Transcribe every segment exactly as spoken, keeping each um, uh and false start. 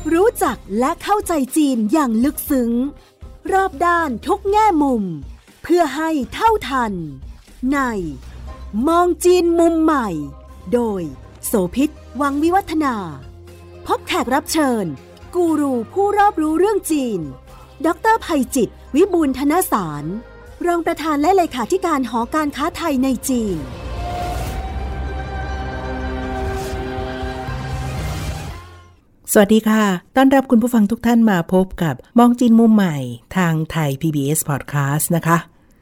รู้จักและเข้าใจจีนอย่างลึกซึ้งรอบด้านทุกแง่มุมเพื่อให้เท่าทันในมองจีนมุมใหม่โดยโสภิต วังวิวัฒนาพบแขกรับเชิญกูรูผู้รอบรู้เรื่องจีนดร.ไพจิตร วิบูลย์ธนสารรองประธานและเลขาธิการหอการค้าไทยในจีนสวัสดีค่ะต้อนรับคุณผู้ฟังทุกท่านมาพบกับมองจีนมุมใหม่ทางไทย พี บี เอส Podcast นะคะ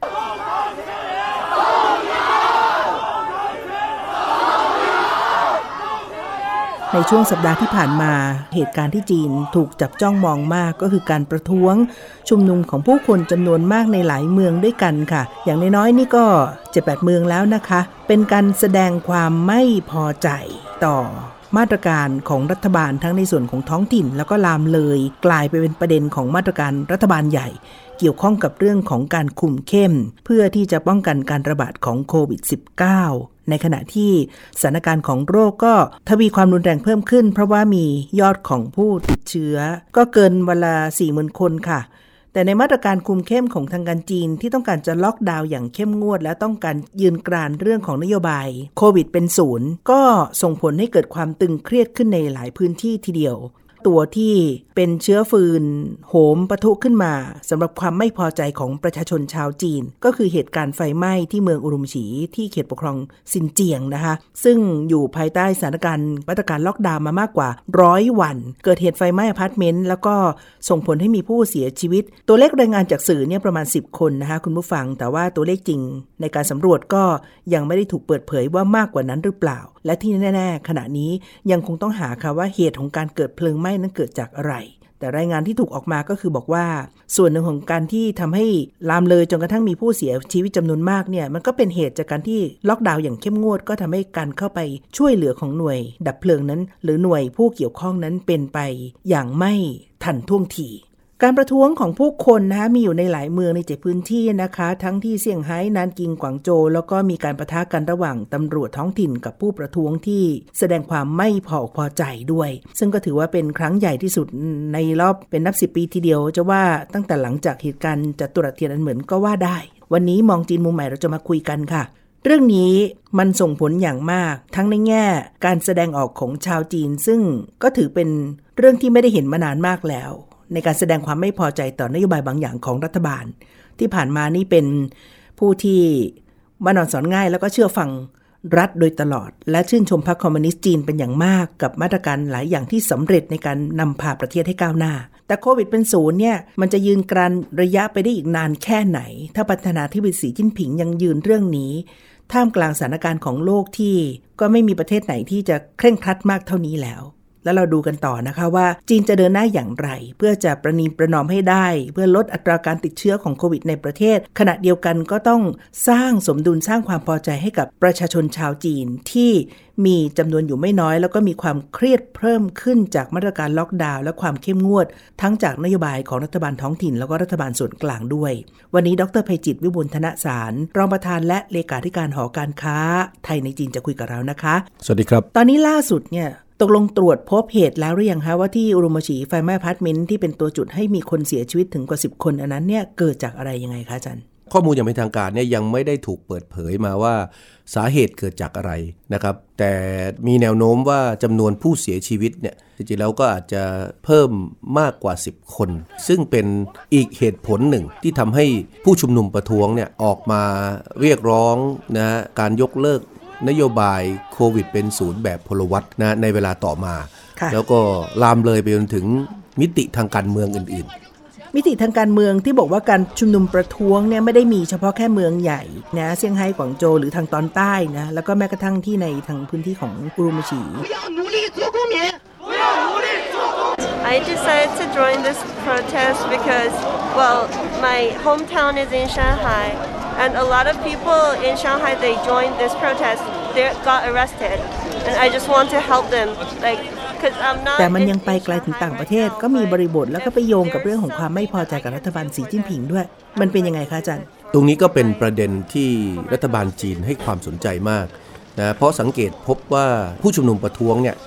ในช่วงสัปดาห์ที่ผ่านมาเหตุการณ์ที่จีนถูกจับจ้องมองมากก็คือการประท้วงชุมนุมของผู้คนจำนวนมากในหลายเมืองด้วยกันค่ะอย่างน้อยๆนี่ก็ เจ็ดแปด เมืองแล้วนะคะเป็นการแสดงความไม่พอใจต่อมาตรการของรัฐบาลทั้งในส่วนของท้องถิ่นแล้วก็ลามเลยกลายไปเป็นประเด็นของมาตรการรัฐบาลใหญ่เกี่ยวข้องกับเรื่องของการคุมเข้มเพื่อที่จะป้องกันการระบาดของโควิด สิบเก้า ในขณะที่สถานการณ์ของโรคก็ทวีความรุนแรงเพิ่มขึ้นเพราะว่ามียอดของผู้ติดเชื้อก็เกินวันละ สี่หมื่น คนค่ะแต่ในมาตรการคุมเข้มของทางการจีนที่ต้องการจะล็อกดาวน์อย่างเข้มงวดและต้องการยืนกรานเรื่องของนโยบายโควิดเป็นศูนย์ก็ส่งผลให้เกิดความตึงเครียดขึ้นในหลายพื้นที่ทีเดียวตัวที่เป็นเชื้อฟืนโหมปะทุขึ้นมาสำหรับความไม่พอใจของประชาชนชาวจีนก็คือเหตุการณ์ไฟไหม้ที่เมืองอุรุมฉีที่เขตปกครองซินเจียงนะคะซึ่งอยู่ภายใต้สถานการณ์มาตรการล็อกดาวน์มามากกว่าร้อยวันเกิดเหตุไฟไหม้อพาร์ตเมนต์แล้วก็ส่งผลให้มีผู้เสียชีวิตตัวเลขรายงานจากสื่อเนี่ยประมาณสิบคนนะคะคุณผู้ฟังแต่ว่าตัวเลขจริงในการสำรวจก็ยังไม่ได้ถูกเปิดเผยว่ามากกว่านั้นหรือเปล่าและที่แน่ๆขณะนี้ยังคงต้องหาค่ะว่าเหตุของการเกิดเพลิงไหม้นั้นเกิดจากอะไรแต่รายงานที่ถูกออกมาก็คือบอกว่าส่วนหนึ่งของการที่ทำให้ลามเลยจนกระทั่งมีผู้เสียชีวิตจำนวนมากเนี่ยมันก็เป็นเหตุจากการที่ล็อกดาวน์อย่างเข้มงวดก็ทำให้การเข้าไปช่วยเหลือของหน่วยดับเพลิงนั้นหรือหน่วยผู้เกี่ยวข้องนั้นเป็นไปอย่างไม่ทันท่วงทีการประท้วงของผู้คนนะคะมีอยู่ในหลายเมืองในเจ็ดพื้นที่นะคะทั้งที่เซี่ยงไฮ้นานกิงกวางโจวแล้วก็มีการปะทะกันระหว่างตำรวจท้องถิ่นกับผู้ประท้วงที่แสดงความไม่พอพอใจด้วยซึ่งก็ถือว่าเป็นครั้งใหญ่ที่สุดในรอบเป็นนับสิบปีทีเดียวจะว่าตั้งแต่หลังจากเหตุการณ์จตุรัสเทียนอันเหมินก็ว่าได้วันนี้มองจีนมุมใหม่เราจะมาคุยกันค่ะเรื่องนี้มันส่งผลอย่างมากทั้งในแง่การแสดงออกของชาวจีนซึ่งก็ถือเป็นเรื่องที่ไม่ได้เห็นมานานมากแล้วในการแสดงความไม่พอใจต่อนโยบายบางอย่างของรัฐบาลที่ผ่านมานี่เป็นผู้ที่มานอนสอนง่ายแล้วก็เชื่อฟังรัฐโดยตลอดและชื่นชมพรรคคอมมิวนิสต์จีนเป็นอย่างมากกับมาตรการหลายอย่างที่สำเร็จในการนำพาประเทศให้ก้าวหน้าแต่โควิดเป็นศูนย์เนี่ยมันจะยืนกรานระยะไปได้อีกนานแค่ไหนถ้าประธานาธิบดีสีจิ้นผิงยังยืนเรื่องนี้ท่ามกลางสถานการณ์ของโลกที่ก็ไม่มีประเทศไหนที่จะเคร่งครัดมากเท่านี้แล้วแล้วเราดูกันต่อนะคะว่าจีนจะเดินหน้าอย่างไรเพื่อจะประนีประนอมให้ได้เพื่อลดอัตราการติดเชื้อของโควิดในประเทศขณะเดียวกันก็ต้องสร้างสมดุลสร้างความพอใจให้กับประชาชนชาวจีนที่มีจำนวนอยู่ไม่น้อยแล้วก็มีความเครียดเพิ่มขึ้นจากมาตรการล็อกดาวน์และความเข้มงวดทั้งจากนโยบายของรัฐบาลท้องถิ่นแล้วก็รัฐบาลส่วนกลางด้วยวันนี้ดร.ไพจิตร วิบูลย์ธนสารรองประธานและเลขาธิการหอการค้าไทยในจีนจะคุยกับเรานะคะสวัสดีครับตอนนี้ล่าสุดเนี่ยตกลงตรวจพบเหตุแล้วหรือยังคะว่าที่อุรุมฉีไฟไหม้อพาร์ตเมนต์ที่เป็นตัวจุดให้มีคนเสียชีวิตถึงกว่าสิบคนอันนั้นเนี่ยเกิดจากอะไรยังไงคะอาจารย์ข้อมูลอย่างเป็นทางการเนี่ยยังไม่ได้ถูกเปิดเผยมาว่าสาเหตุเกิดจากอะไรนะครับแต่มีแนวโน้มว่าจำนวนผู้เสียชีวิตเนี่ยจริงๆแล้วก็อาจจะเพิ่มมากกว่าสิบคนซึ่งเป็นอีกเหตุผลหนึ่งที่ทำให้ผู้ชุมนุมประท้วงเนี่ยออกมาเรียกร้องนะการยกเลิกนโยบายโควิดเป็นศูนย์แบบพลวัตนะในเวลาต่อมาแล้วก็ลามเลยไปจนถึงมิติทางการเมืองอื่นๆมิติทางการเมืองที่บอกว่าการชุมนุมประท้วงเนี่ยไม่ได้มีเฉพาะแค่เมืองใหญ่นะเซี่ยงไฮ้กวางโจวหรือทางตอนใต้นะแล้วก็แม้กระทั่งที่ในทางพื้นที่ของอุรุมฉี I decided to join this protest because well my hometown is in Shanghai and a lot of people in Shanghai they joined this protest they got arrested and I just want to help them like แต่มันยังไปไกลถึงต่างประเทศก็มีบริบทแล้วก็ไปโยงกับเรื่องของความไม่พอใจกับรัฐบาลสีจิ้นผิงด้วยมันเป็นยังไงคะอาจารย์ตรงนี้ก็เป็นประเด็นที่รัฐบาลจีนให้ความสนใจมากนะเพราะสังเกตพบว่าผู้ชุมนุมประท้วงเนี่ย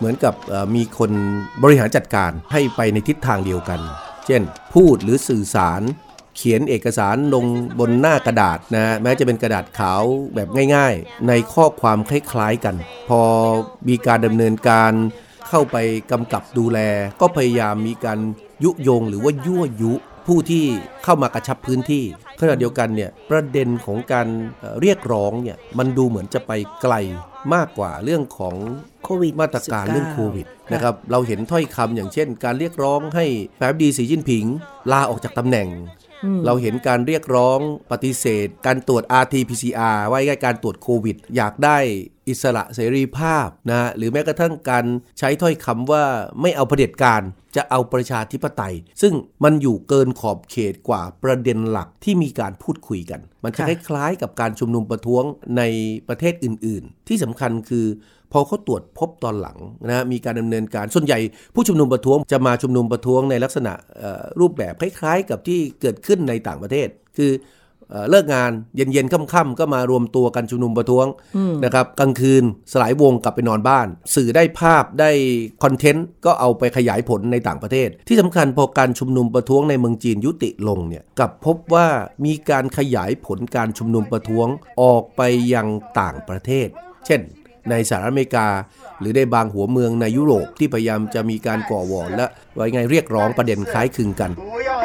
เหมือนกับมีคนบริหารจัดการให้ไปในทิศทางเดียวกันเช่นพูดหรือสื่อสารเขียนเอกสารลงบนหน้ากระดาษนะแม้จะเป็นกระดาษขาวแบบง่ายๆในข้อความคล้ายๆกันพอมีการดำเนินการเข้าไปกำกับดูแลก็พยายามมีการยุยงหรือว่ายั่วยุผู้ที่เข้ามากระชับพื้นที่ขณะเดียวกันเนี่ยประเด็นของการเรียกร้องเนี่ยมันดูเหมือนจะไปไกลมากกว่าเรื่องของโควิดมาตรการเรื่องโควิดนะครับเราเห็นถ้อยคำอย่างเช่นการเรียกร้องให้ประธานาธิบดีสีจิ้นผิงลาออกจากตำแหน่งเราเห็นการเรียกร้องปฏิเสธการตรวจ อาร์ ที พี ซี อาร์ ว่าง่ายการตรวจโควิดอยากได้อิสระเสรีภาพนะหรือแม้กระทั่งการใช้ถ้อยคำว่าไม่เอาเผด็จการจะเอาประชาธิปไตยซึ่งมันอยู่เกินขอบเขตกว่าประเด็นหลักที่มีการพูดคุยกันมันจะคล้ายๆกับการชุมนุมประท้วงในประเทศอื่นๆที่สำคัญคือพอเขาตรวจพบตอนหลังนะมีการดำเนินการส่วนใหญ่ผู้ชุมนุมประท้วงจะมาชุมนุมประท้วงในลักษณะรูปแบบคล้ายๆกับที่เกิดขึ้นในต่างประเทศคือเลิกงานเย็นๆค่ำๆก็มารวมตัวกันชุมนุมประท้วงนะครับกลางคืนสลายวงกลับไปนอนบ้านสื่อได้ภาพได้คอนเทนต์ก็เอาไปขยายผลในต่างประเทศที่สำคัญพอการชุมนุมประท้วงในเมืองจีนยุติลงเนี่ยกลับพบว่ามีการขยายผลการชุมนุมประท้วงออกไปยังต่างประเทศเช่นในสหรัฐอเมริกาหรือในบางหัวเมืองในยุโรปที่พยายามจะมีการก่อวอร์และไว้ไงเรียกร้องประเด็นคล้ายคลึงกัน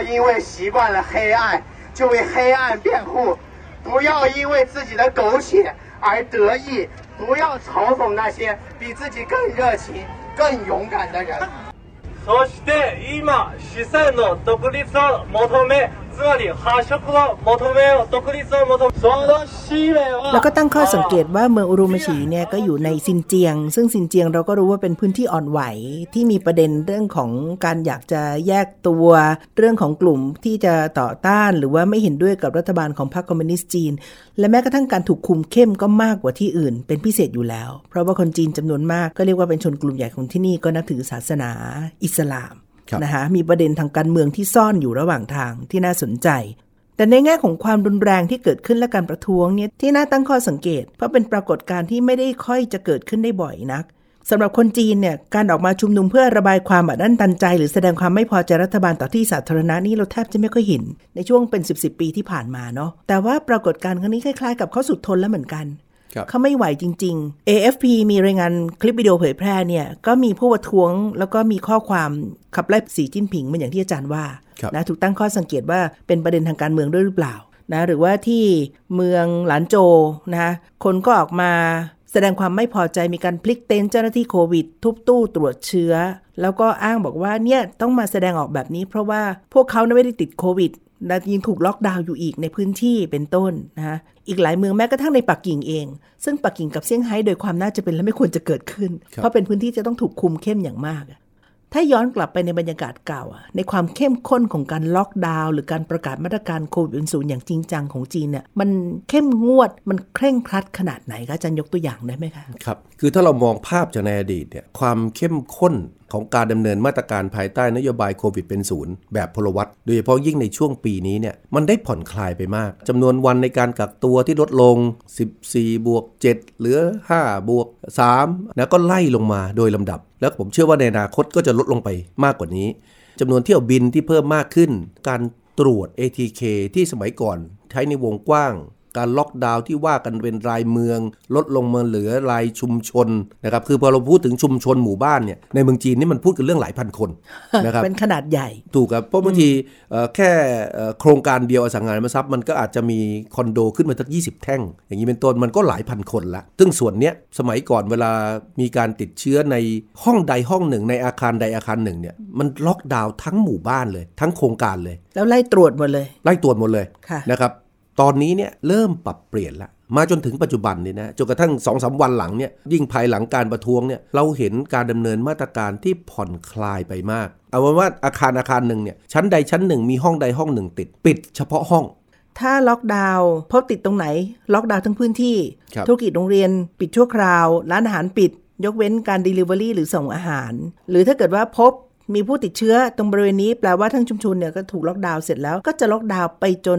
就为黑暗辩护，不要因为自己的苟且而得意，不要嘲讽那些比自己更热情、更勇敢的人。 そして今、四川の独立を求め、つまり発色を求めよう、独立を求め、その使命はแล้วก็ตั้งข้อสังเกตว่าเมืองอุรุมฉีเนี่ยก็อยู่ในซินเจียงซึ่งซินเจียงเราก็รู้ว่าเป็นพื้นที่อ่อนไหวที่มีประเด็นเรื่องของการอยากจะแยกตัวเรื่องของกลุ่มที่จะต่อต้านหรือว่าไม่เห็นด้วยกับรัฐบาลของพรรคคอมมิวนิสต์จีนและแม้กระทั่งการถูกคุมเข้มก็มากกว่าที่อื่นเป็นพิเศษอยู่แล้วเพราะว่าคนจีนจำนวนมากก็เรียกว่าเป็นชนกลุ่มใหญ่ของที่นี่ก็นับถือศาสนาอิสลามนะคะมีประเด็นทางการเมืองที่ซ่อนอยู่ระหว่างทางที่น่าสนใจแต่ในแง่ของความรุนแรงที่เกิดขึ้นและการประท้วงเนี่ยที่น่าตั้งข้อสังเกตเพราะเป็นปรากฏการณ์ที่ไม่ได้ค่อยจะเกิดขึ้นได้บ่อยนักสำหรับคนจีนเนี่ยการออกมาชุมนุมเพื่อระบายความอัดอั้นตันใจหรือแสดงความไม่พอใจรัฐบาลต่อที่สาธารณะนี่เราแทบจะไม่ค่อยเห็นในช่วงเป็นสิบสิบปีที่ผ่านมาเนาะแต่ว่าปรากฏการณ์ครั้งนี้คล้ายๆกับเขาสุดทนแล้วเหมือนกันเขาไม่ไหวจริงๆ เอ เอฟ พี มีรายงานคลิปวิดีโอเผยแพร่เนี่ยก็มีผู้ประท้วงแล้วก็มีข้อความขับไล่สีจิ้นผิงเหมือนอย่างที่อาจารย์ว่านะถูกตั้งข้อสังเกตว่าเป็นประเด็นทางการเมืองด้วยหรือเปล่านะหรือว่าที่เมืองหลานโจวนะคนก็ออกมาแสดงความไม่พอใจมีการพลิกเต็นท์เจ้าหน้าที่โควิดทุบตู้ตรวจเชื้อแล้วก็อ้างบอกว่าเนี่ยต้องมาแสดงออกแบบนี้เพราะว่าพวกเขาไม่ได้ติดโควิดและยังถูกล็อกดาวน์อยู่อีกในพื้นที่เป็นต้นนะอีกหลายเมืองแม้กระทั่งในปักกิ่งเองซึ่งปักกิ่งกับเซี่ยงไฮ้โดยความน่าจะเป็นและไม่ควรจะเกิดขึ้นเพราะเป็นพื้นที่จะต้องถูกคุมเข้มอย่างมากถ้าย้อนกลับไปในบรรยากาศเก่าในความเข้มข้นของการล็อกดาวน์หรือการประกาศมาตรการโควิดศูนย์อย่างจริงจังของจีนเนี่ยมันเข้มงวดมันเคร่งครัดขนาดไหนคะอาจารย์ยกตัวอย่างได้ไหมคะครับคือถ้าเรามองภาพจากในอดีตเนี่ยความเข้มข้นของการดำเนินมาตรการภายใต้นโยบายโควิดเป็นศูนย์แบบพลวัตโดยเฉพาะยิ่งในช่วงปีนี้เนี่ยมันได้ผ่อนคลายไปมากจำนวนวันในการกักตัวที่ลดลงสิบสี่บวกเจ็ดเหลือห้าบวกสามนะก็ไล่ลงมาโดยลำดับแล้วผมเชื่อว่าในอนาคตก็จะลดลงไปมากกว่านี้จำนวนเที่ยวบินที่เพิ่มมากขึ้นการตรวจ เอ ที เค ที่สมัยก่อนใช้ในวงกว้างการล็อกดาวน์ที่ว่ากันเป็นรายเมืองลดลงมาเหลือรายชุมชนนะครับคือพอเราพูดถึงชุมชนหมู่บ้านเนี่ยในเมืองจีนนี่มันพูดกันเรื่องหลายพันคนนะครับเป็นขนาดใหญ่ถูกครับเพราะบางทีแค่โครงการเดียวอสังหาริมทรัพย์มันก็อาจจะมีคอนโดขึ้นมาสักยี่สิบแท่งอย่างนี้เป็นต้นมันก็หลายพันคนละซึ่งส่วนเนี้ยสมัยก่อนเวลามีการติดเชื้อในห้องใดห้องหนึ่งในอาคารใดอาคารหนึ่งเนี่ยมันล็อกดาวน์ทั้งหมู่บ้านเลยทั้งโครงการเลยแล้วไล่ตรวจหมดเลยไล่ตรวจหมดเลยนะครับตอนนี้เนี่ยเริ่มปรับเปลี่ยนละมาจนถึงปัจจุบันนี่นะจนกระทั่ง สองถึงสาม วันหลังเนี่ยยิ่งภายหลังการประท้วงเนี่ยเราเห็นการดำเนินมาตรการที่ผ่อนคลายไปมากเอาเป็นว่าอาคารอาคารหนึ่งเนี่ยชั้นใดชั้นหนึ่งมีห้องใดห้องหนึ่งติดปิดเฉพาะห้องถ้าล็อกดาวน์พบติดตรงไหนล็อกดาวน์ทั้งพื้นที่ธุรกิจโรงเรียนปิดชั่วคราวร้านอาหารปิดยกเว้นการ delivery หรือส่งอาหารหรือถ้าเกิดว่าพบมีผู้ติดเชื้อตรงบริเวณนี้แปลว่าทั้งชุมชนเนี่ยก็ถูกล็อกดาวน์เสร็จแล้วก็จะล็อกดาวน์ไปจน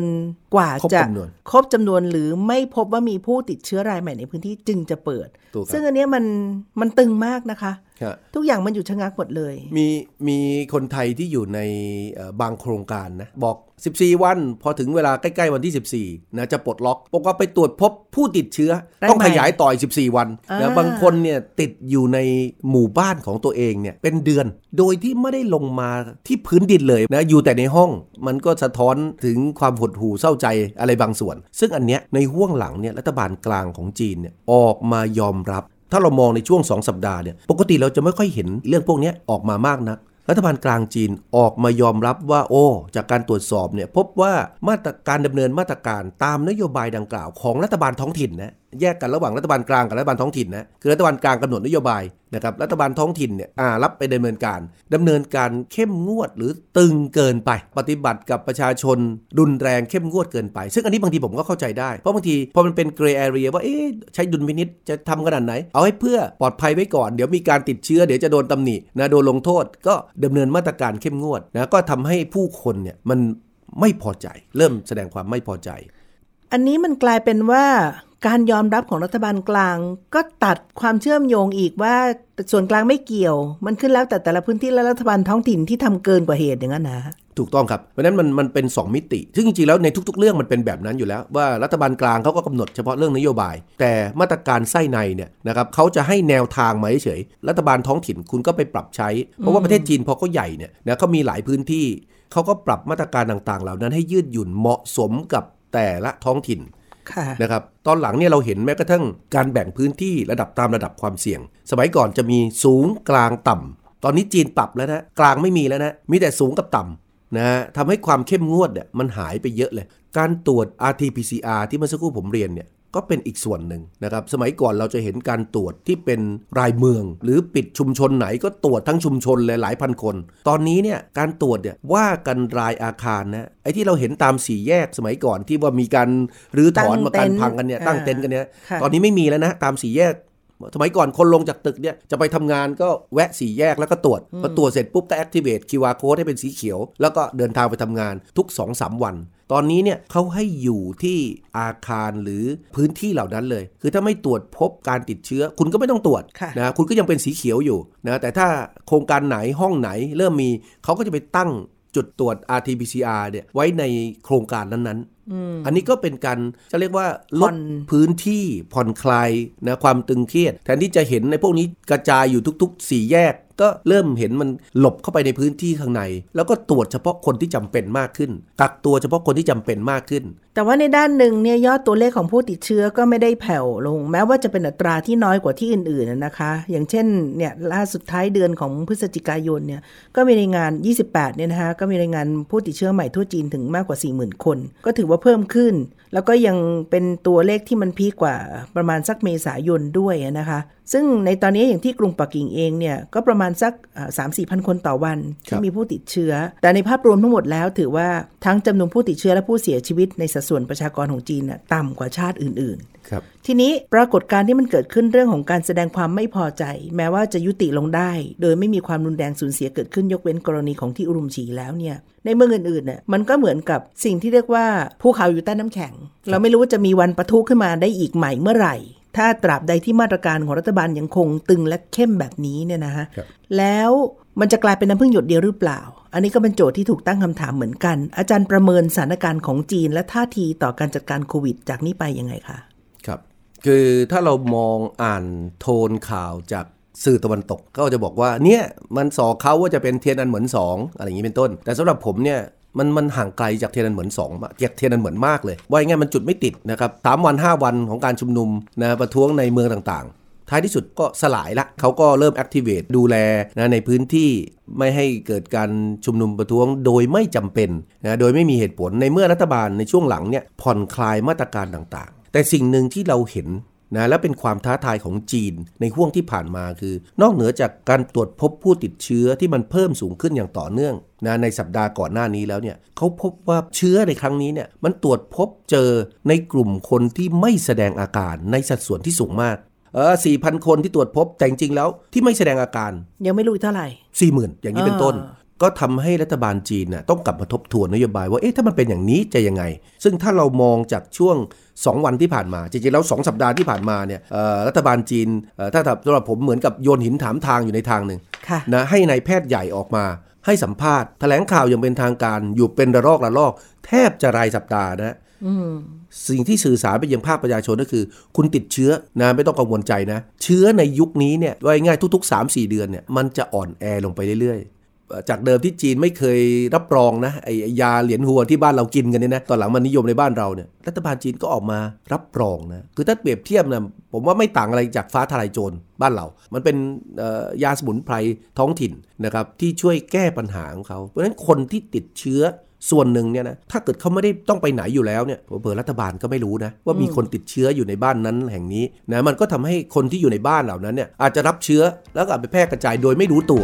กว่าจะครบจำนวนหรือไม่พบว่ามีผู้ติดเชื้อรายใหม่ในพื้นที่จึงจะเปิดซึ่งอันนี้มันมันตึงมากนะคะทุกอย่างมันอยู่ชะงักหมดเลยมีมีคนไทยที่อยู่ในบางโครงการนะบอกสิบสี่วันพอถึงเวลาใกล้ๆวันที่สิบสี่นะจะปลดล็อกบอกว่าไปตรวจพบผู้ติดเชื้อต้องขยายต่ออีกสิบสี่วันนะบางคนเนี่ยติดอยู่ในหมู่บ้านของตัวเองเนี่ยเป็นเดือนโดยที่ไม่ได้ลงมาที่พื้นดินเลยนะอยู่แต่ในห้องมันก็สะท้อนถึงความหดหู่เศร้าใจอะไรบางส่วนซึ่งอันเนี้ยในห้วงหลังเนี่ยรัฐบาลกลางของจีนเนี่ยออกมายอมรับถ้าเรามองในช่วงสองสัปดาห์เนี่ยปกติเราจะไม่ค่อยเห็นเรื่องพวกนี้ออกมามากนักรัฐบาลกลางจีนออกมายอมรับว่าโอ้จากการตรวจสอบเนี่ยพบว่ามาตรการดำเนินมาตรการตามนโยบายดังกล่าวของรัฐบาลท้องถิ่นนะแยกกันระหว่างรัฐบาลกลางกับรัฐบาลท้องถิ่นนะคือรัฐบาลกลางกำหนดนโยบายนะครับรัฐบาลท้องถิ่นเนี่ยอ่ารับไปดำเนินการดำเนินการเข้มงวดหรือตึงเกินไปปฏิบัติกับประชาชนรุนแรงเข้มงวดเกินไปซึ่งอันนี้บางทีผมก็เข้าใจได้เพราะบางทีพอมันเป็นเกรย์แอเรียว่าเอ๊ะใช้ดุลพินิจจะทำขนาดไหนเอาให้เพื่อปลอดภัยไว้ก่อนเดี๋ยวมีการติดเชื้อเดี๋ยวจะโดนตำหนินะโดนลงโทษก็ดำเนินมาตรการเข้มงวดนะก็ทำให้ผู้คนเนี่ยมันไม่พอใจเริ่มแสดงความไม่พอใจอันนี้มันกลายเป็นว่าการยอมรับของรัฐบาลกลางก็ตัดความเชื่อมโยงอีกว่าส่วนกลางไม่เกี่ยวมันขึ้นแล้วแต่แต่ละพื้นที่และรัฐบาลท้องถิ่นที่ทำเกินกว่าเหตุอย่างนั้นนะถูกต้องครับเพราะนั้นมันมันเป็นสองมิติซึ่งจริงๆแล้วในทุกๆเรื่องมันเป็นแบบนั้นอยู่แล้วว่ารัฐบาลกลางเขาก็กำหนดเฉพาะเรื่องนโยบายแต่มาตรการไส้ในเนี่ยนะครับเขาจะให้แนวทางมาเฉยๆรัฐบาลท้องถิ่นคุณก็ไปปรับใช้เพราะว่าประเทศจีนพอเขาใหญ่เนี่ยนะเขามีหลายพื้นที่เขาก็ปรับมาตรการต่างๆเหล่านั้นให้ยืดหยุ่นเหมาะสมกับแต่ละท้องถิ่นนะครับตอนหลังเนี่ยเราเห็นแม้กระทั่งการแบ่งพื้นที่ระดับตามระดับความเสี่ยงสมัยก่อนจะมีสูงกลางต่ำตอนนี้จีนปรับแล้วนะกลางไม่มีแล้วนะมีแต่สูงกับต่ำนะฮะทำให้ความเข้มงวดเนี่ยมันหายไปเยอะเลยการตรวจ อาร์ ที พี ซี อาร์ ที่เมื่อสักครู่ผมเรียนเนี่ยก็เป็นอีกส่วนหนึ่งนะครับสมัยก่อนเราจะเห็นการตรวจที่เป็นรายเมืองหรือปิดชุมชนไหนก็ตรวจทั้งชุมชนเลยหลายพันคนตอนนี้เนี่ยการตรวจเนี่ยว่ากันรายอาคารนะไอ้ที่เราเห็นตามสี่แยกสมัยก่อนที่ว่ามีการรื้อถอนมาการพังกันเนี่ยตั้งเต็นท์กันเนี่ยตอนนี้ไม่มีแล้วนะตามสี่แยกสมัยก่อนคนลงจากตึกเนี่ยจะไปทำงานก็แวะสี่แยกแล้วก็ตรวจพอตรวจเสร็จปุ๊บก็ activate คิว อาร์ code ให้เป็นสีเขียวแล้วก็เดินทางไปทำงานทุก สองถึงสาม วันตอนนี้เนี่ยเขาให้อยู่ที่อาคารหรือพื้นที่เหล่านั้นเลยคือถ้าไม่ตรวจพบการติดเชื้อคุณก็ไม่ต้องตรวจนะคุณก็ยังเป็นสีเขียวอยู่นะแต่ถ้าโครงการไหนห้องไหนเริ่มมีเขาก็จะไปตั้งจุดตรวจ อาร์ ที พี ซี อาร์ เนี่ยไว้ในโครงการนั้นๆอันนี้ก็เป็นการจะเรียกว่าลดพื้นที่ผ่อนคลายนะความตึงเครียดแทนที่จะเห็นในพวกนี้กระจายอยู่ทุกๆสี่แยกก็เริ่มเห็นมันหลบเข้าไปในพื้นที่ข้างในแล้วก็ตรวจเฉพาะคนที่จำเป็นมากขึ้นกักตัวเฉพาะคนที่จำเป็นมากขึ้นแต่ว่าในด้านหนึ่งเนี่ยยอดตัวเลขของผู้ติดเชื้อก็ไม่ได้แผ่วลงแม้ว่าจะเป็นอัตราที่น้อยกว่าที่อื่นๆนะคะอย่างเช่นเนี่ยล่าสุดท้ายเดือนของพฤศจิกายนเนี่ยก็มีรายงานยี่สิบแปดเนี่ยนะคะก็มีรายงานผู้ติดเชื้อใหม่ทั่วจีนถึงมากกว่า สี่หมื่น คนก็ถือว่าเพิ่มขึ้นแล้วก็ยังเป็นตัวเลขที่มันพีคกว่าประมาณสักเมษายนด้วยนะคะซึ่งในตอนนี้อย่างที่กรุงปักกิ่งเองเนี่ยก็ประมาณสัก สามถึงสี่พัน คนต่อวันที่มีผู้ติดเชื้อแต่ในภาพรวมทั้งหมดแล้วถือว่าทั้งจำนวนผู้ติดเชื้อและผู้เสียชีวิตในสัดส่วนประชากรของจีนน่ะต่ำกว่าชาติอื่นๆครับทีนี้ปรากฏการณ์ที่มันเกิดขึ้นเรื่องของการแสดงความไม่พอใจแม้ว่าจะยุติลงได้โดยไม่มีความรุนแรงสูญเสียเกิดขึ้นยกเว้นกรณีของที่อุรุมฉีแล้วเนี่ยในเมืองอื่นๆเนี่ยมันก็เหมือนกับสิ่งที่เรียกว่าภูเขาอยู่ใต้น้ำแข็งเราไม่รู้ว่าจะมีวันปะทุขึ้นมาได้อีกใหม่เมื่อไหร่ถ้าตราบใดที่มาตรการของรัฐบาลยังคงตึงและเข้มแบบนี้เนี่ยนะฮะแล้วมันจะกลายเป็นน้ำพึ่งหยดเดียวหรือเปล่าอันนี้ก็เป็นโจทย์ที่ถูกตั้งคำถามเหมือนกันอาจารย์ประเมินสถานการณ์ของจีนและท่าทีต่อการจัดการโควิดจากนี้ไปยังไงคะครับคือถ้าเรามองอ่านโทนข่าวจากสื่อตะวันตกก็จะบอกว่าเนี่ยมันสอเขาว่าจะเป็นเทียนอันเหมือนสองอะไรอย่างนี้เป็นต้นแต่สำหรับผมเนี่ยมันมันห่างไกลจากเทียนอันเหมือนสองจากเทียนอันเหมือนมากเลยว่าง่ายมันจุดไม่ติดนะครับสามวันห้าวันของการชุมนุมนะประท้วงในเมืองต่างๆท้ายที่สุดก็สลายละเขาก็เริ่ม activate ดูแลนะในพื้นที่ไม่ให้เกิดการชุมนุมประท้วงโดยไม่จำเป็นนะโดยไม่มีเหตุผลในเมื่อรัฐบาลในช่วงหลังเนี่ยผ่อนคลายมาตรการต่างๆแต่สิ่งหนึ่งที่เราเห็นนะและเป็นความท้าทายของจีนในห่วงที่ผ่านมาคือนอกเหนือจากการตรวจพบผู้ติดเชื้อที่มันเพิ่มสูงขึ้นอย่างต่อเนื่องนะในสัปดาห์ก่อนหน้านี้แล้วเนี่ยเขาพบว่าเชื้อในครั้งนี้เนี่ยมันตรวจพบเจอในกลุ่มคนที่ไม่แสดงอาการในสัดส่วนที่สูงมากเออ สี่พัน คนที่ตรวจพบแต่จริงๆแล้วที่ไม่แสดงอาการยังไม่รู้เท่าไหร่สี่หมื่น อย่างนี้เป็นต้นก็ทำให้รัฐบาลจีนน่ะต้องกลับมาทบทวนนโยบายว่าเอ๊ะถ้ามันเป็นอย่างนี้จะยังไงซึ่งถ้าเรามองจากช่วงสองวันที่ผ่านมาจริงๆแล้วสองสัปดาห์ที่ผ่านมาเนี่ยรัฐบาลจีนถ้าสำหรับผมเหมือนกับโยนหินถามทางอยู่ในทางนึงนะให้นายแพทย์ใหญ่ออกมาให้สัมภาษณ์แถลงข่าวอย่างเป็นทางการอยู่เป็นระลอกระลอกแทบจะรายสัปดาห์นะสิ่งที่สื่อสารไปยังภาคประชาชนก็คือคุณติดเชื้อนะไม่ต้องกังวลใจนะเชื้อในยุคนี้เนี่ยว่าง่ายทุกๆ สามสี่ เดือนเนี่ยมันจะอ่อนแอลงไปเรื่อยๆจากเดิมที่จีนไม่เคยรับรองนะไอ้ยาเหรียญหัวที่บ้านเรากินกันเนี่ยนะตอนหลังมันนิยมในบ้านเราเนี่ยรัฐบาลจีนก็ออกมารับรองนะคือถ้าเปรียบเทียบนะผมว่าไม่ต่างอะไรจากฟ้าทลายโจรบ้านเรามันเป็นยาสมุนไพรท้องถิ่นนะครับที่ช่วยแก้ปัญหาของเขาเพราะฉะนั้นคนที่ติดเชื้อส่วนหนึ่งเนี่ยนะถ้าเกิดเขาไม่ได้ต้องไปไหนอยู่แล้วเนี่ยเบอร์รัฐบาลก็ไม่รู้นะว่ามีคนติดเชื้ออยู่ในบ้านนั้นแห่งนี้นะมันก็ทำให้คนที่อยู่ในบ้านเหล่านั้นเนี่ยอาจจะรับเชื้อแล้วก็อาจไปแพร่กระจายโดยไม่รู้ตัว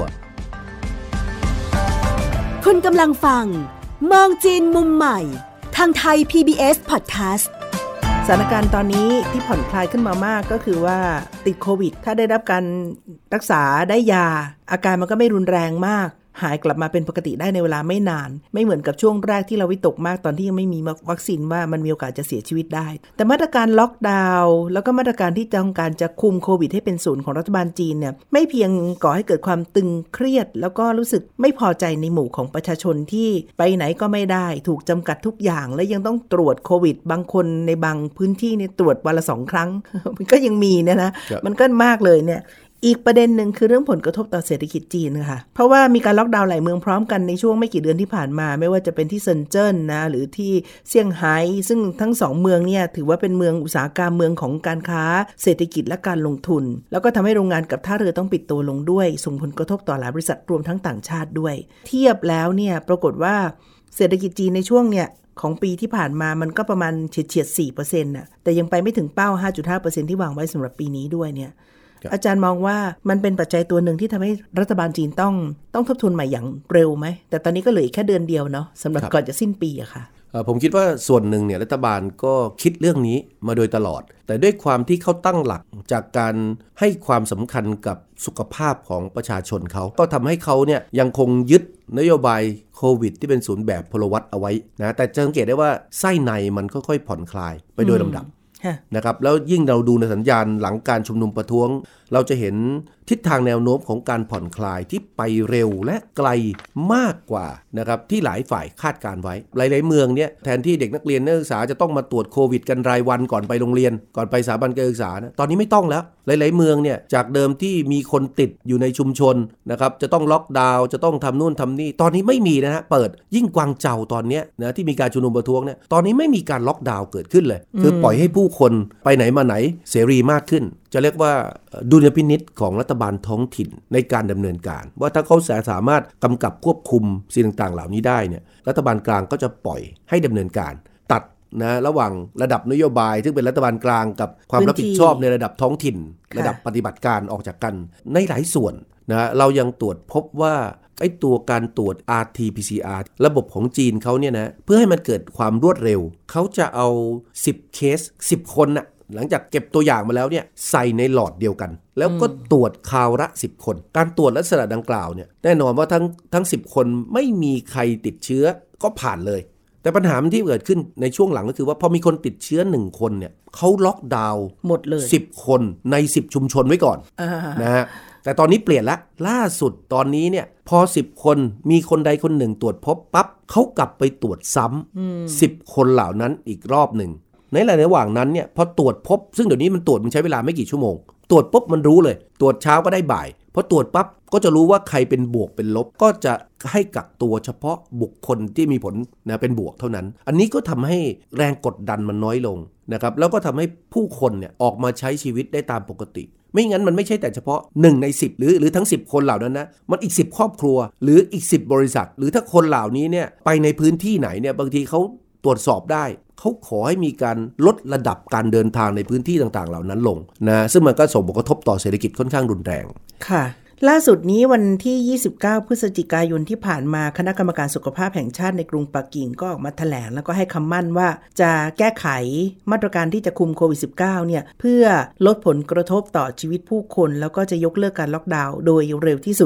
คุณกำลังฟังมองจีนมุมใหม่ทางไทย พี บี เอส Podcast สถานการณ์ตอนนี้ที่ผ่อนคลายขึ้นมามากก็คือว่าติดโควิดถ้าได้รับการรักษาได้ยาอาการมันก็ไม่รุนแรงมากหายกลับมาเป็นปกติได้ในเวลาไม่นานไม่เหมือนกับช่วงแรกที่เราวิตกมากตอนที่ยังไม่มีวัคซีนว่ามันมีโอกาสจะเสียชีวิตได้แต่มาตรการล็อกดาวน์แล้วก็มาตรการที่ต้องการจะคุมโควิดให้เป็นศูนย์ของรัฐบาลจีนเนี่ยไม่เพียงก่อให้เกิดความตึงเครียดแล้วก็รู้สึกไม่พอใจในหมู่ของประชาชนที่ไปไหนก็ไม่ได้ถูกจำกัดทุกอย่างและยังต้องตรวจโควิดบางคนในบางพื้นที่เนี่ยตรวจวันละสองครั้ง มันก็ยังมีเนี่ยนะมันก็มากเลยเนี่ยอีกประเด็นหนึ่งคือเรื่องผลกระทบต่อเศรษฐกิจจีนค่ะเพราะว่ามีการล็อกดาวน์หลายเมืองพร้อมกันในช่วงไม่กี่เดือนที่ผ่านมาไม่ว่าจะเป็นที่เซินเจิ้นนะหรือที่เซี่ยงไฮ้ซึ่งทั้งสองเมืองเนี่ยถือว่าเป็นเมืองอุตสาหกรรมเมืองของการค้าเศรษฐกิจและการลงทุนแล้วก็ทำให้โรงงานกับท่าเรือต้องปิดตัวลงด้วยส่งผลกระทบต่อหลายบริษัทรวมทั้งต่างชาติด้วยเทียบแล้วเนี่ยปรากฏว่าเศรษฐกิจจีนในช่วงเนี่ยของปีที่ผ่านมามันก็ประมาณเฉียดๆ สี่เปอร์เซ็นต์ น่ะแต่ยังไปไม่ถึงเป้า ห้าจุดห้าเปอร์เซ็นต์ ที่วางไว้สำหรับปีนี้ด้วยเนี่ยอาจารย์มองว่ามันเป็นปัจจัยตัวหนึ่งที่ทำให้รัฐบาลจีนต้องต้องทบทวนใหม่อย่างเร็วไหมแต่ตอนนี้ก็เหลือแค่เดือนเดียวเนาะสำหรับก่อนจะสิ้นปีอะค่ะผมคิดว่าส่วนหนึ่งเนี่ยรัฐบาลก็คิดเรื่องนี้มาโดยตลอดแต่ด้วยความที่เขาตั้งหลักจากการให้ความสำคัญกับสุขภาพของประชาชนเขาก็ทำให้เขาเนี่ยยังคงยึดนโยบายโควิดที่เป็นศูนย์แบบพลวัตเอาไว้นะแต่จะสังเกตได้ว่าไส้ในมันค่อยๆผ่อนคลายไปโดยลำดับนะครับแล้วยิ่งเราดูในสัญญาณหลังการชุมนุมประท้วงเราจะเห็นทิศทางแนวโน้มของการผ่อนคลายที่ไปเร็วและไกลมากกว่านะครับที่หลายฝ่ายคาดการไว้หลายๆเมืองเนี่ยแทนที่เด็กนักเรียนนักศึกษาจะต้องมาตรวจโควิดกันรายวันก่อนไปโรงเรียนก่อนไปสถาบันการศึกษานะตอนนี้ไม่ต้องแล้วหลายๆเมืองเนี่ยจากเดิมที่มีคนติดอยู่ในชุมชนนะครับจะต้องล็อกดาวน์จะต้องทำนู่นทำนี่ตอนนี้ไม่มีนะฮะเปิดยิ่งกวางเจาตอนนี้นะที่มีการชุมนุมประท้วงเนี่ยตอนนี้ไม่มีการล็อกดาวน์เกิดขึ้นเลยคือปล่อยให้ผู้คนไปไหนมาไหนเสรีมากขึ้นจะเรียกว่าดุลยพินิจของรัฐบาลท้องถิ่นในการดำเนินการว่าถ้าเขาสามารถกำกับควบคุมสิ่งต่างๆเหล่านี้ได้เนี่ยรัฐบาลกลางก็จะปล่อยให้ดำเนินการตัดนะระหว่างระดับนโยบายซึ่งเป็นรัฐบาลกลางกับความรับผิดชอบในระดับท้องถิ่นระดับปฏิบัติการออกจากกันในหลายส่วนนะเรายังตรวจพบว่าไอ้ตัวการตรวจ อาร์ ที พี ซี อาร์ ระบบของจีนเขาเนี่ยนะเพื่อให้มันเกิดความรวดเร็วเขาจะเอาสิบเคสสิบคนน่ะหลังจากเก็บตัวอย่างมาแล้วเนี่ยใส่ในหลอดเดียวกันแล้วก็ตรวจคราวละสิบคนการตรวจลักษณะดังกล่าวเนี่ยแน่นอนว่าทั้งทั้งสิบคนไม่มีใครติดเชื้อก็ผ่านเลยแต่ปัญหาที่เกิดขึ้นในช่วงหลังก็คือว่าพอมีคนติดเชื้อหนึ่งคนเนี่ยเขาล็อกดาวน์หมดเลยสิบคนในสิบชุมชนไว้ก่อนนะฮะแต่ตอนนี้เปลี่ยนละล่าสุดตอนนี้เนี่ยพอสิบคนมีคนใดคนหนึ่งตรวจพบปั๊บเขากลับไปตรวจซ้ำสิบคนเหล่านั้นอีกรอบหนึ่งในระหว่างนั้นเนี่ยพอตรวจพบซึ่งเดี๋ยวนี้มันตรวจมันใช้เวลาไม่กี่ชั่วโมงตรวจปุ๊บมันรู้เลยตรวจเช้าก็ได้บ่ายพอตรวจปั๊บก็จะรู้ว่าใครเป็นบวกเป็นลบก็จะให้กักตัวเฉพาะบุคคลที่มีผลนะเป็นบวกเท่านั้นอันนี้ก็ทำให้แรงกดดันมันน้อยลงนะครับแล้วก็ทำให้ผู้คนเนี่ยออกมาใช้ชีวิตได้ตามปกติไม่งั้นมันไม่ใช่แต่เฉพาะหนึ่งในสิบหรือหรือทั้งสิบคนเหล่านั้นนะมันอีกสิบครอบครัวหรืออีกสิบบริษัทหรือถ้าคนเหล่านี้เนี่ยไปในพื้นที่ไหนเนี่ยบางทีเขาตรวจสอบได้เขาขอให้มีการลดระดับการเดินทางในพื้นที่ต่างๆเหล่านั้นลงนะซึ่งมันก็ส่งผลกระทบต่อเศรษฐกิจค่อนข้างรุนแรงค่ะล่าสุดนี้วันที่ยี่สิบเก้าพฤศจิกายนที่ผ่านมาคณะกรรมการสุขภาพแห่งชาติในกรุงปักกิ่งก็ออกมาแถลงแล้วก็ให้คำมั่นว่าจะแก้ไขมาตรการที่จะคุมโควิด สิบเก้า เนี่ยเพื่อลดผลกระทบต่อชีวิตผู้คนแล้วก็จะยกเลิกการล็อกดาวน์โดยเร็วที่สุด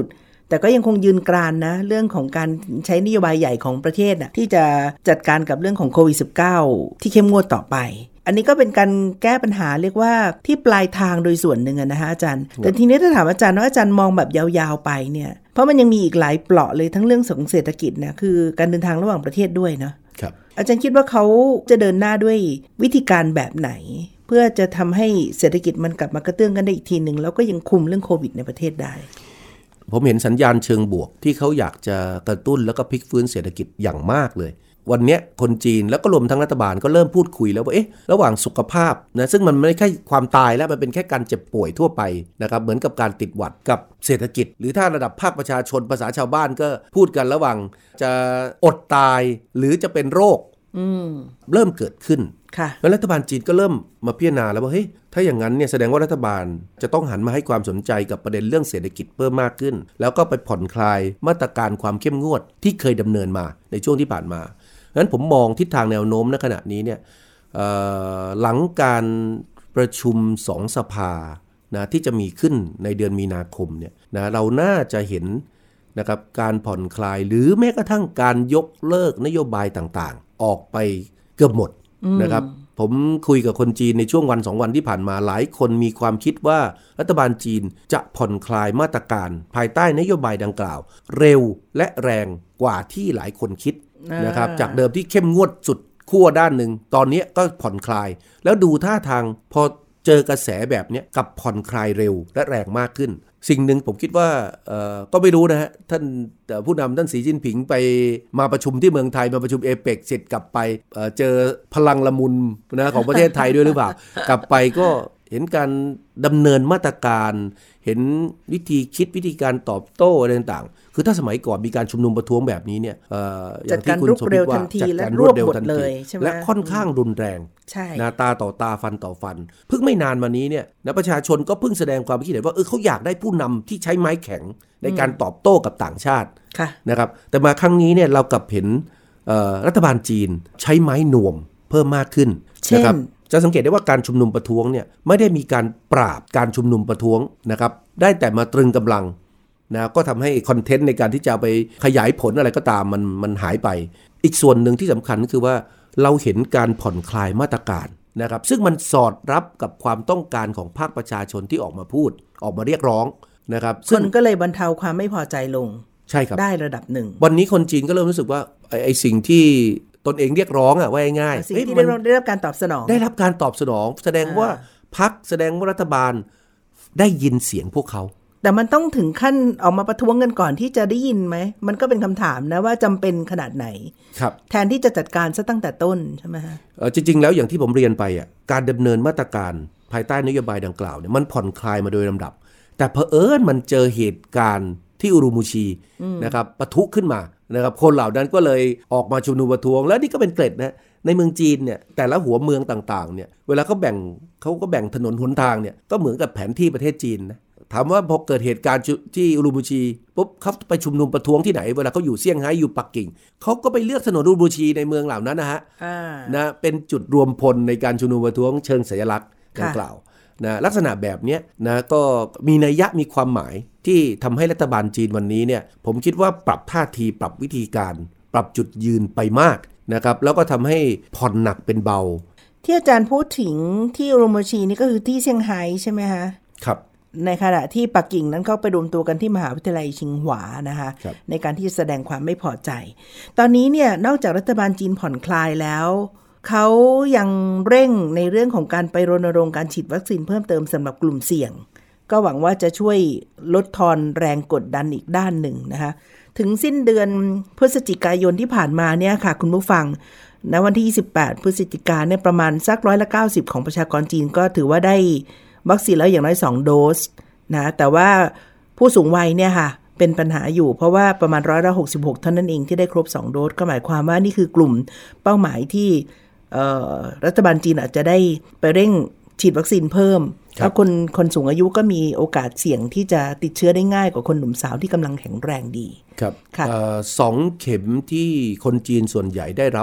แต่ก็ยังคงยืนกรานนะเรื่องของการใช้นโยบายใหญ่ของประเทศนะที่จะจัดการกับเรื่องของโควิด สิบเก้า ที่เข้มงวดต่อไปอันนี้ก็เป็นการแก้ปัญหาเรียกว่าที่ปลายทางโดยส่วนหนึ่งนะคะอาจารย์แต่ทีนี้ถ้าถามอาจารย์ว่าอาจารย์มองแบบยาวๆไปเนี่ยเพราะมันยังมีอีกหลายเปราะเลยทั้งเรื่องของเศรษฐกิจนะคือการเดินทางระหว่างประเทศด้วยเนาะครับอาจารย์คิดว่าเขาจะเดินหน้าด้วยวิธีการแบบไหนเพื่อจะทำให้เศรษฐกิจมันกลับมากระเตื้องกันได้อีกทีนึงแล้วก็ยังคุมเรื่องโควิดในประเทศได้ผมเห็นสัญญาณเชิงบวกที่เขาอยากจะกระตุ้นแล้วก็พลิกฟื้นเศรษฐกิจอย่างมากเลยวันนี้คนจีนแล้วก็รวมทั้งรัฐบาลก็เริ่มพูดคุยแล้วว่าเอ๊ะระหว่างสุขภาพนะซึ่งมันไม่ใช่ความตายแล้วมันเป็นแค่การเจ็บป่วยทั่วไปนะครับเหมือนกับการติดหวัดกับเศรษฐกิจหรือถ้าระดับภาคประชาชนภาษาชาวบ้านก็พูดกันระหว่างจะอดตายหรือจะเป็นโรคเริ่มเกิดขึ้นแล้วรัฐบาลจีนก็เริ่มมาพิจารณาแล้วว่าเฮ้ยถ้าอย่างนั้นเนี่ยแสดงว่ารัฐบาลจะต้องหันมาให้ความสนใจกับประเด็นเรื่องเศรษฐกิจเพิ่มมากขึ้นแล้วก็ไปผ่อนคลายมาตรการความเข้มงวดที่เคยดำเนินมาในช่วงที่ผ่านมางั้นผมมองทิศทางแนวโน้มณขณะนี้เนี่ยหลังการประชุมสองสภานะที่จะมีขึ้นในเดือนมีนาคมเนี่ยนะเราน่าจะเห็นนะครับการผ่อนคลายหรือแม้กระทั่งการยกเลิกนโยบายต่างๆออกไปเกือบหมดนะครับผมคุยกับคนจีนในช่วงวันสองวันที่ผ่านมาหลายคนมีความคิดว่ารัฐบาลจีนจะผ่อนคลายมาตรการภายใต้นโยบายดังกล่าวเร็วและแรงกว่าที่หลายคนคิดนะครับจากเดิมที่เข้มงวดสุดขั้วด้านหนึ่งตอนนี้ก็ผ่อนคลายแล้วดูท่าทางพอเจอกระแสแบบนี้กับผ่อนคลายเร็วและแรงมากขึ้นสิ่งหนึ่งผมคิดว่าก็ไม่รู้นะฮะท่านผู้นำท่านสีจิ้นผิงไปมาประชุมที่เมืองไทยมาประชุมเอเปกเสร็จกลับไปเจอพลังละมุนนะของประเทศไทยด้วยหรือเปล่ากลับไปก็เห็นการดำเนินมาตรการเห็นวิธีคิดวิธีการตอบโต้อะไรต่างๆคือถ้าสมัยก่อนมีการชุมนุมประท้วงแบบนี้เนี่ยจัดการรวดเร็วทันทีและรวบหมดเลยใช่ไหมและค่อนข้างรุนแรงนะตาต่อตาฟันต่อฟันเพิ่งไม่นานมานี้เนี่ยนะประชาชนก็เพิ่งแสดงความคิดเห็นว่าเออเขาอยากได้ผู้นำที่ใช้ไม้แข็งในการตอบโต้กับต่างชาตินะครับแต่มาครั้งนี้เนี่ยเรากลับเห็นรัฐบาลจีนใช้ไม้นวมเพิ่มมากขึ้นนะครับจะสังเกตได้ว่าการชุมนุมประท้วงเนี่ยไม่ได้มีการปราบการชุมนุมประท้วงนะครับได้แต่มาตรึงกำลังนะก็ทำให้คอนเทนต์ในการที่จะไปขยายผลอะไรก็ตามมันมันหายไปอีกส่วนหนึ่งที่สำคัญก็คือว่าเราเห็นการผ่อนคลายมาตรการนะครับซึ่งมันสอดรับกับความต้องการของภาคประชาชนที่ออกมาพูดออกมาเรียกร้องนะครับคนก็เลยบรรเทาความไม่พอใจลงใช่ครับได้ระดับหนึ่งวันนี้คนจีนก็เริ่มรู้สึกว่าไอ้ไอ้สิ่งที่ตนเองเรียกร้องอ่ะว่าง่ายๆสิ่งที่ได้รับได้รับการตอบสนองได้รับการตอบสนองแสดงว่าพรรคแสดงว่ารัฐบาลได้ยินเสียงพวกเขาแต่มันต้องถึงขั้นออกมาประท้วงกันก่อนที่จะได้ยินไหมมันก็เป็นคำถามนะว่าจำเป็นขนาดไหนครับแทนที่จะจัดการซะตั้งแต่ต้นใช่ไหมฮะเออจริงๆแล้วอย่างที่ผมเรียนไปอ่ะการดำเนินมาตรการภายใต้นโยบายดังกล่าวเนี่ยมันผ่อนคลายมาโดยลำดับแต่เผอิญมันเจอเหตุการณ์ที่อุรุมูชีนะครับปะทุขึ้นมานะครับคนเหล่านั้นก็เลยออกมาชุมนุมประท้วงแล้วนี่ก็เป็นเกร็ดนะในเมืองจีนเนี่ยแต่ละหัวเมืองต่างๆเนี่ยเวลาเขาแบ่งเขาก็แบ่งถนนหนทางเนี่ยก็เหมือนกับแผนที่ประเทศจีนนะถามว่าพอเกิดเหตุการณ์ที่อุรุมูชีปุ๊บเขาไปชุมนุมประท้วงที่ไหนเวลาเขาอยู่เซี่ยงไฮ้อยู่ปักกิ่งเขาก็ไปเลือกถนนอุรุมูชีในเมืองเหล่านั้นนะฮะนะเป็นจุดรวมพลในการชุมนุมประท้วงเชิงสัญลักษณ์ดังกล่าวนะลักษณะแบบนี้นะก็มีนัยยะมีความหมายที่ทำให้รัฐบาลจีนวันนี้เนี่ยผมคิดว่าปรับท่าทีปรับวิธีการปรับจุดยืนไปมากนะครับแล้วก็ทำให้ผ่อนหนักเป็นเบาที่อาจารย์พูดถึงที่อุรุมูชีนี่ก็คือที่เซี่ยงไฮ้ใช่ไหมคะครับในขณะที่ปักกิ่งนั้นเขาไปรวมตัวกันที่มหาวิทยาลัยชิงหวานะคะในการที่จะแสดงความไม่พอใจตอนนี้เนี่ยนอกจากรัฐบาลจีนผ่อนคลายแล้วเขายังเร่งในเรื่องของการไปรณรงค์การฉีดวัคซีนเพิ่มเติมสำหรับกลุ่มเสี่ยงก็หวังว่าจะช่วยลดทอนแรงกดดันอีกด้านหนึ่งนะคะถึงสิ้นเดือนพฤศจิกายนที่ผ่านมาเนี่ยค่ะคุณผู้ฟังณวันที่ยี่สิบแปดพฤศจิกายนเนี่ยประมาณสักร้อยละเก้าสิบของประชากรจีนก็ถือว่าได้วัคซีนแล้วอย่างน้อยสองโดสนะแต่ว่าผู้สูงวัยเนี่ยค่ะเป็นปัญหาอยู่เพราะว่าประมาณร้อยละหกสิบหกเท่านั้นเองที่ได้ครบสองโดสก็หมายความว่านี่คือกลุ่มเป้าหมายที่รัฐบาลจีนอาจจะได้ไปเร่งฉีดวัคซีนเพิ่มแล้วคนคนสูงอายุก็มีโอกาสเสี่ยงที่จะติดเชื้อได้ง่ายกว่าคนหนุ่มสาวที่กำลังแข็งแรงดีครับสองเข็มที่คนจีนส่วนใหญ่ได้รับ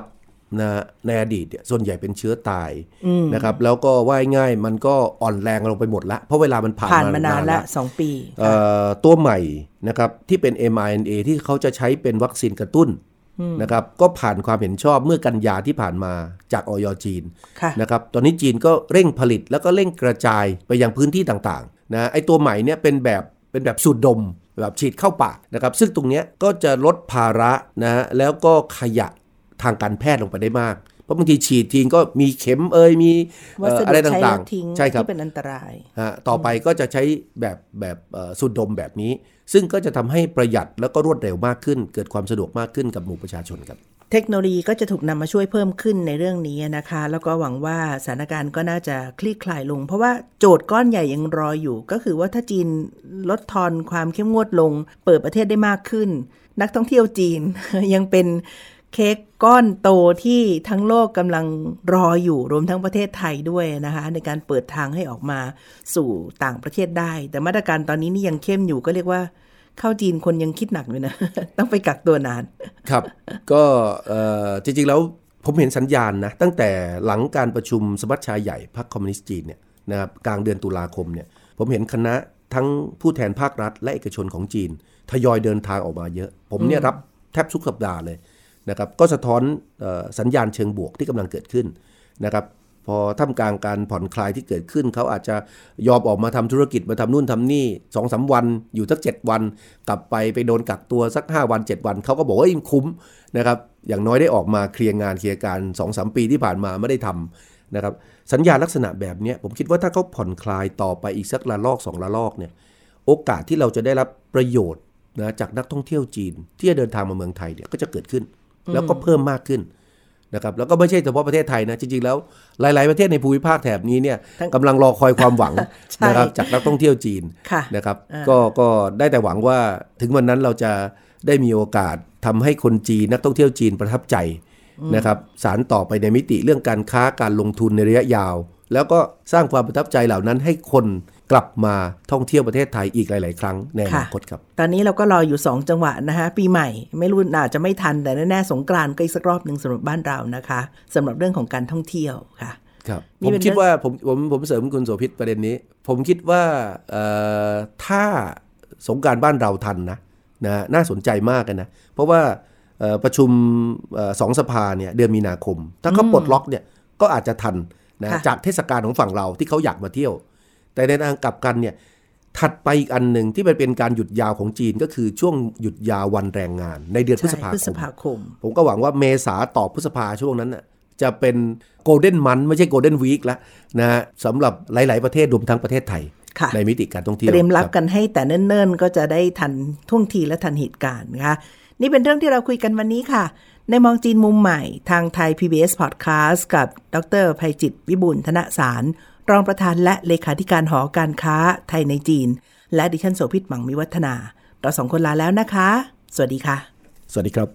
นะในอดีตเนี่ยส่วนใหญ่เป็นเชื้อตายนะครับแล้วก็ว่ายง่ายมันก็อ่อนแรงลงไปหมดละเพราะเวลามันผ่านผ่านมานานละสองปีตัวใหม่นะครับที่เป็น เอ็ม อาร์ เอ็น เอ ที่เขาจะใช้เป็นวัคซีนกระตุ้นนะครับก็ผ่านความเห็นชอบเมื่อกันยาที่ผ่านมาจากอย.จีนนะครับตอนนี้จีนก็เร่งผลิตแล้วก็เร่งกระจายไปยังพื้นที่ต่างๆนะไอ้ตัวใหม่เนี่ยเป็นแบบเป็นแบบสูดดมแบบฉีดเข้าปากนะครับซึ่งตรงนี้ก็จะลดภาระนะฮะแล้วก็ขยะทางการแพทย์ลงไปได้มากเพราะบางทีฉีดทิ้งก็มีเข็มเอ่ยมีอะไรต่างๆใช่ครับที่เป็นอันตรายฮะต่อไปก็จะใช้แบบแบบสูดดมแบบนี้ซึ่งก็จะทำให้ประหยัดแล้วก็รวดเร็วมากขึ้นเกิดความสะดวกมากขึ้นกับหมู่ประชาชนครับเทคโนโลยีก็จะถูกนำมาช่วยเพิ่มขึ้นในเรื่องนี้นะคะแล้วก็หวังว่าสถานการณ์ก็น่าจะคลี่คลายลงเพราะว่าโจทย์ก้อนใหญ่ยังรออยู่ก็คือว่าถ้าจีนลดทอนความเข้มงวดลงเปิดประเทศได้มากขึ้นนักท่องเที่ยวจีน ยังเป็นเค้กก้อนโตที่ทั้งโลกกำลังรออยู่รวมทั้งประเทศไทยด้วยนะคะในการเปิดทางให้ออกมาสู่ต่างประเทศได้แต่มาตรการตอนนี้นี่ยังเข้มอยู่ก็เรียกว่าเข้าจีนคนยังคิดหนักอยู่นะ ต้องไปกักตัวนานครับก็จริงๆแล้วผมเห็นสัญญาณนะตั้งแต่หลังการประชุมสมัชชาใหญ่พรรคคอมมิวนิสต์จีนเนี่ยนะครับกลางเดือนตุลาคมเนี่ยผมเห็นคณะทั้งผู้แทนภาครัฐและเอกชนของจีนทยอยเดินทางออกมาเยอะผมเนี่ยรับแทบทุกสัปดาห์เลยนะครับก็สะท้อนสัญญาณเชิงบวกที่กำลังเกิดขึ้นนะครับพอท่ามกลางการผ่อนคลายที่เกิดขึ้นเขาอาจจะยอมออกมาทำธุรกิจมาทำนู่นทำนี่ สองถึงสาม วันอยู่สักเจ็ดวันกลับไปไปโดนกักตัวสักห้าวันเจ็ดวันเขาก็บอกว่ายิ่งคุ้มนะครับอย่างน้อยได้ออกมาเคลียร์งานเคลียร์การ สองถึงสาม ปีที่ผ่านมาไม่ได้ทำนะครับสัญญาณลักษณะแบบนี้ผมคิดว่าถ้าเขาผ่อนคลายต่อไปอีกสักระลอกสองระลอกเนี่ยโอกาสที่เราจะได้รับประโยชน์นะจากนักท่องเที่ยวจีนที่จะเดินทางมาเมืองไทยเนี่ยก็จะเกิดขึ้นแล้วก็เพิ่มมากขึ้นนะครับแล้วก็ไม่ใช่เฉพาะประเทศไทยนะจริงๆแล้วหลายๆประเทศในภูมิภาคแถบนี้เนี่ยกำลังรอคอยความหวัง นะครับจากนักท่องเที่ยวจีนนะครับก็ก็ได้แต่หวังว่าถึงวันนั้นเราจะได้มีโอกาสทำให้คนจีนนักท่องเที่ยวจีนประทับใจนะครับสานต่อไปในมิติเรื่องการค้าการลงทุนในระยะยาวแล้วก็สร้างความประทับใจเหล่านั้นให้คนกลับมาท่องเที่ยวประเทศไทยอีกหลายๆครั้งในอนาคตครับตอนนี้เราก็รออยู่สองจังหวะนะคะปีใหม่ไม่รู้น่าจะไม่ทันแต่แน่ๆสงกรานต์ก็อีกสักรอบนึงสำหรับบ้านเรานะคะสำหรับเรื่องของการท่องเที่ยวค่ะครับผมคิดว่าผมผมผมเสริมคุณโสภิตประเด็นนี้ผมคิดว่าถ้าสงกรานต์บ้านเราทันนะนะน่าสนใจมากเลยนะเพราะว่าประชุมสองสภาเนี่ยเดือนมีนาคมถ้าเขาปลดล็อกเนี่ยก็อาจจะทันนะจากเทศกาลของฝั่งเราที่เขาอยากมาเที่ยวแต่ในทางกลับกันเนี่ยถัดไปอีกอันหนึ่งที่มันเป็นการหยุดยาวของจีนก็คือช่วงหยุดยาววันแรงงานในเดือนพฤษภาคมผมก็หวังว่าเมษาต่อพฤษภาช่วงนั้นน่ะจะเป็นโกลเด้นมันไม่ใช่โกลเด้นวีคแล้วนะฮะสำหรับหลายๆประเทศรวมทั้งประเทศไทยในมิติการท่องเที่ยวเตรียมรับกันให้แต่เนิ่นๆก็จะได้ทันท่วงทีและทันเหตุการณ์นะคะนี่เป็นเรื่องที่เราคุยกันวันนี้ค่ะในมองจีนมุมใหม่ทางไทย พี บี เอส Podcast กับดร.ไพจิตรวิบูลย์ธนสารรองประธานและเลขาธิการหอการค้าไทยในจีนและดิฉันโสภิตหมั่งมีวัฒนาเราสองคนลาแล้วนะคะสวัสดีค่ะสวัสดีครับ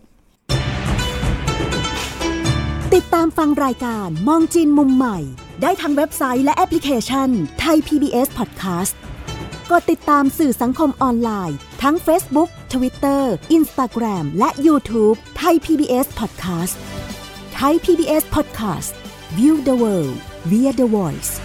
ติดตามฟังรายการมองจีนมุมใหม่ได้ทางเว็บไซต์และแอปพลิเคชันไทย พี บี เอส Podcast กดติดตามสื่อสังคมออนไลน์ทั้ง Facebook Twitter Instagram และ YouTube ไทย พี บี เอส Podcast ไทย พี บี เอส Podcast View the world via the voice